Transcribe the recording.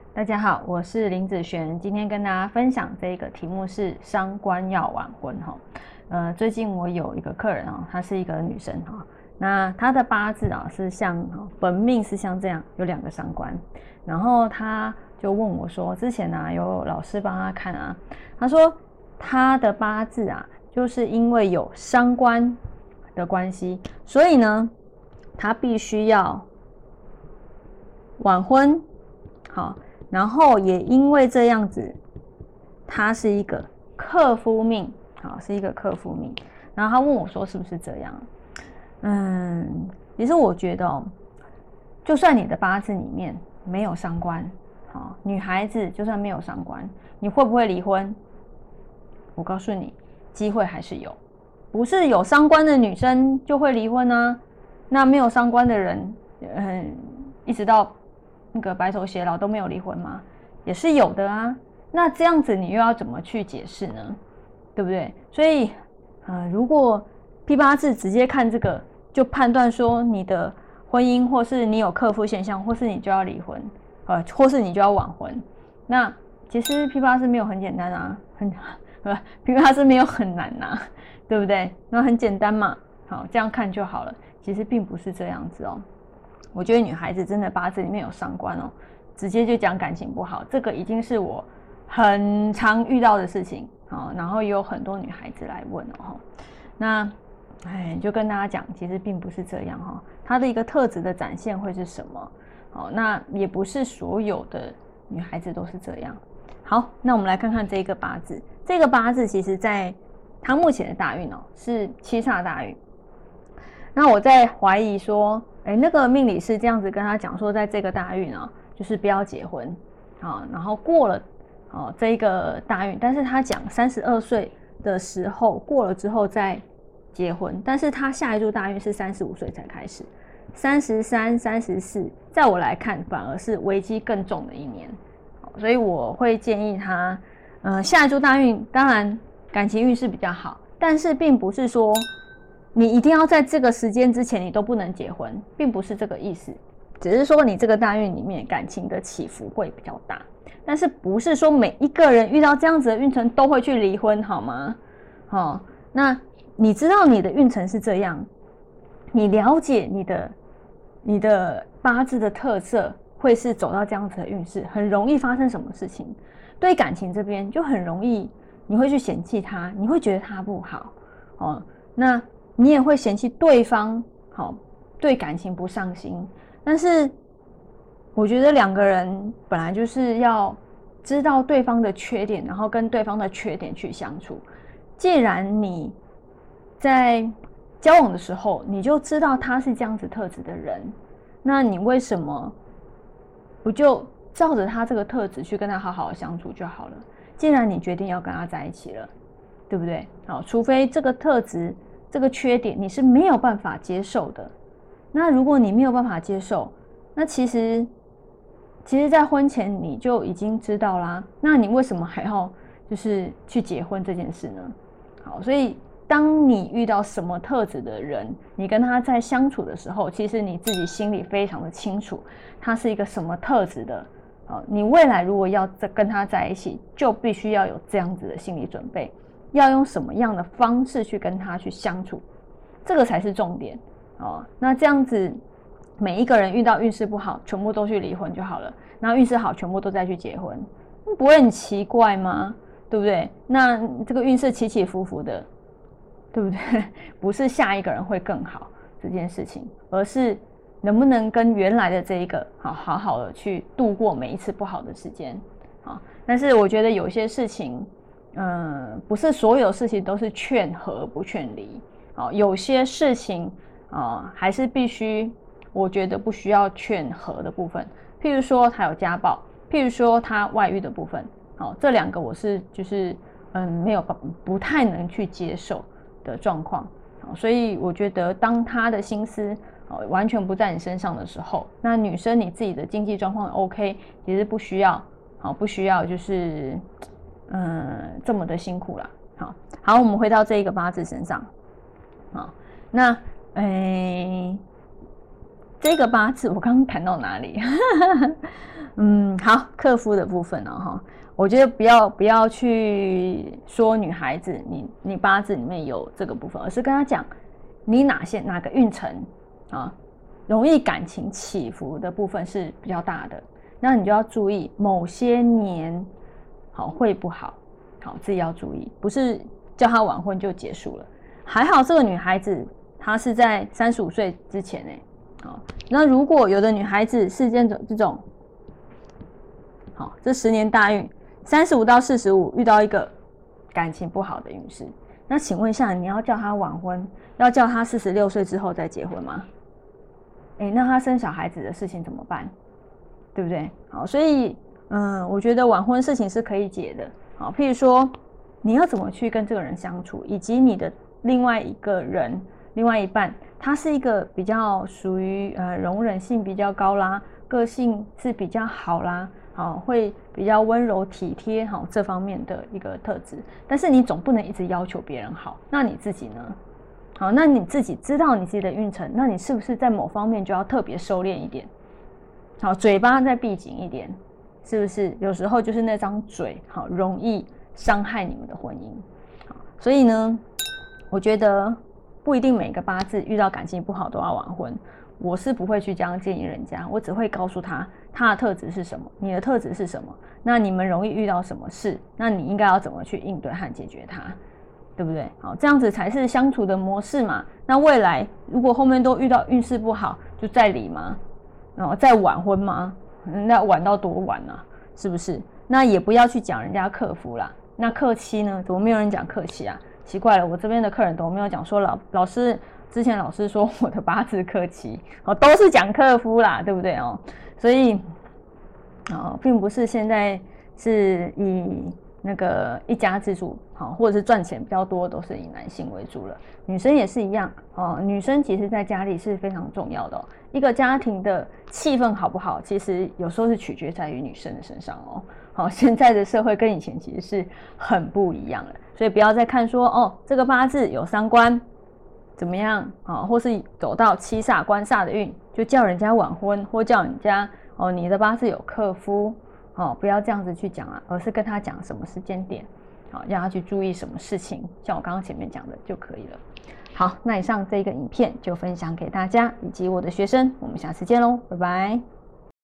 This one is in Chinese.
大家好，我是林子璇，今天跟大家分享这个题目是伤官要晚婚哈。最近我有一个客人啊，她是一个女生哈，那她的八字啊是像本命是像这样有2个伤官，然后她就问我说，之前啊有老师帮她看啊，她说她的八字啊就是因为有伤官的关系，所以呢她必须要晚婚，好。然后也因为这样子，他是一个克夫命，好，是一个克夫命。然后他问我说是不是这样？其实我觉得就算你的八字里面没有伤官，好，女孩子就算没有伤官，你会不会离婚？我告诉你，机会还是有，不是有伤官的女生就会离婚啊。那没有伤官的人，一直到那个白头偕老都没有离婚吗？也是有的啊。那这样子你又要怎么去解释呢？对不对？所以，如果批八字直接看这个就判断说你的婚姻，或是你有克夫现象，或是你就要离婚，或是你就要晚婚，那其实批八字没有很简单啊，批八字没有很难啊，对不对？那很简单嘛，好，这样看就好了。其实并不是这样子哦。我觉得女孩子真的八字里面有伤官哦，直接就讲感情不好，这个已经是我很常遇到的事情。然后也有很多女孩子来问哦。那就跟大家讲，其实并不是这样哈。她的一个特质的展现会是什么？那也不是所有的女孩子都是这样。好，那我们来看看这个八字。这个八字其实在她目前的大运是7煞大运。那我在怀疑说，那个命理师这样子跟他讲说，在这个大运就是不要结婚，然后过了这个大运，但是他讲32岁的时候过了之后再结婚，但是他下一柱大运是35岁才开始，33、34，在我来看反而是危机更重的一年，所以我会建议他，下一柱大运当然感情运势比较好，但是并不是说你一定要在这个时间之前你都不能结婚，并不是这个意思，只是说你这个大运里面感情的起伏会比较大，但是不是说每一个人遇到这样子的运程都会去离婚，好吗？那你知道你的运程是这样，你了解你的八字的特色会是走到这样子的运势，很容易发生什么事情？对感情这边就很容易，你会去嫌弃他，你会觉得他不好，那你也会嫌弃对方，对感情不上心。但是我觉得2个人本来就是要知道对方的缺点，然后跟对方的缺点去相处。既然你在交往的时候你就知道他是这样子特质的人，那你为什么不就照着他这个特质去跟他好好的相处就好了？既然你决定要跟他在一起了，对不对？除非这个特质这个缺点你是没有办法接受的。那如果你没有办法接受，那其实在婚前你就已经知道啦，那你为什么还要就是去结婚这件事呢？好，所以当你遇到什么特质的人，你跟他在相处的时候，其实你自己心里非常的清楚他是一个什么特质的。你未来如果要跟他在一起，就必须要有这样子的心理准备，要用什么样的方式去跟他去相处，这个才是重点。那这样子每一个人遇到运势不好全部都去离婚就好了，然后运势好全部都再去结婚，不会很奇怪吗？对不对？那这个运势起起伏伏的，对不对？不是下一个人会更好这件事情，而是能不能跟原来的这一个好好的去度过每一次不好的时间。但是我觉得有些事情不是所有事情都是劝和不劝离，有些事情还是必须，我觉得不需要劝和的部分，譬如说他有家暴，譬如说他外遇的部分，这2个我是就是没有不太能去接受的状况，所以我觉得当他的心思完全不在你身上的时候，那女生你自己的经济状况 OK， 其实不需要就是这么的辛苦啦。好，我们回到这一个八字身上，那这个八字我刚刚谈到哪里？好，克夫的部分哈，我觉得不要去说女孩子你八字里面有这个部分，而是跟她讲你哪个运程啊，容易感情起伏的部分是比较大的，那你就要注意某些年好会不好，好自己要注意，不是叫她晚婚就结束了。还好这个女孩子她是在35岁之前那如果有的女孩子是这种好，这10年大运35到45遇到一个感情不好的运势，那请问一下，你要叫她晚婚，要叫她46岁之后再结婚吗？那她生小孩子的事情怎么办？对不对？好，所以我觉得晚婚事情是可以解的。好，譬如说你要怎么去跟这个人相处，以及你的另外一半，他是一个比较属于容忍性比较高啦，个性是比较好啦，好，会比较温柔体贴，好，这方面的一个特质。但是你总不能一直要求别人好，那你自己呢？好，那你自己知道你自己的运程，那你是不是在某方面就要特别收敛一点？好，嘴巴再闭紧一点，是不是？有时候就是那张嘴，好，容易伤害你们的婚姻。好，所以呢，我觉得不一定每个八字遇到感情不好都要晚婚，我是不会去这样建议人家，我只会告诉他的特质是什么，你的特质是什么，那你们容易遇到什么事，那你应该要怎么去应对和解决它，对不对？好，这样子才是相处的模式嘛。那未来如果后面都遇到运势不好，就再离吗？再晚婚吗？那晚到多晚啊？是不是？那也不要去讲人家克夫啦。那克妻呢？怎么没有人讲克妻啊？奇怪了，我这边的客人都没有讲说老师之前老师说我的八字克妻，都是讲克夫啦，对不对哦？所以并不是现在是以那个一家之主或者是赚钱比较多都是以男性为主了，女生也是一样女生其实在家里是非常重要的一个家庭的气氛好不好，其实有时候是取决在于女生的身上现在的社会跟以前其实是很不一样了，所以不要再看说这个八字有伤官怎么样或是走到七煞官煞的运，就叫人家晚婚，或叫人家你的八字有克夫不要这样子去讲而是跟他讲什么时间点让他去注意什么事情，像我刚刚前面讲的就可以了。好，那以上这个影片就分享给大家以及我的学生，我们下次见喽，拜拜。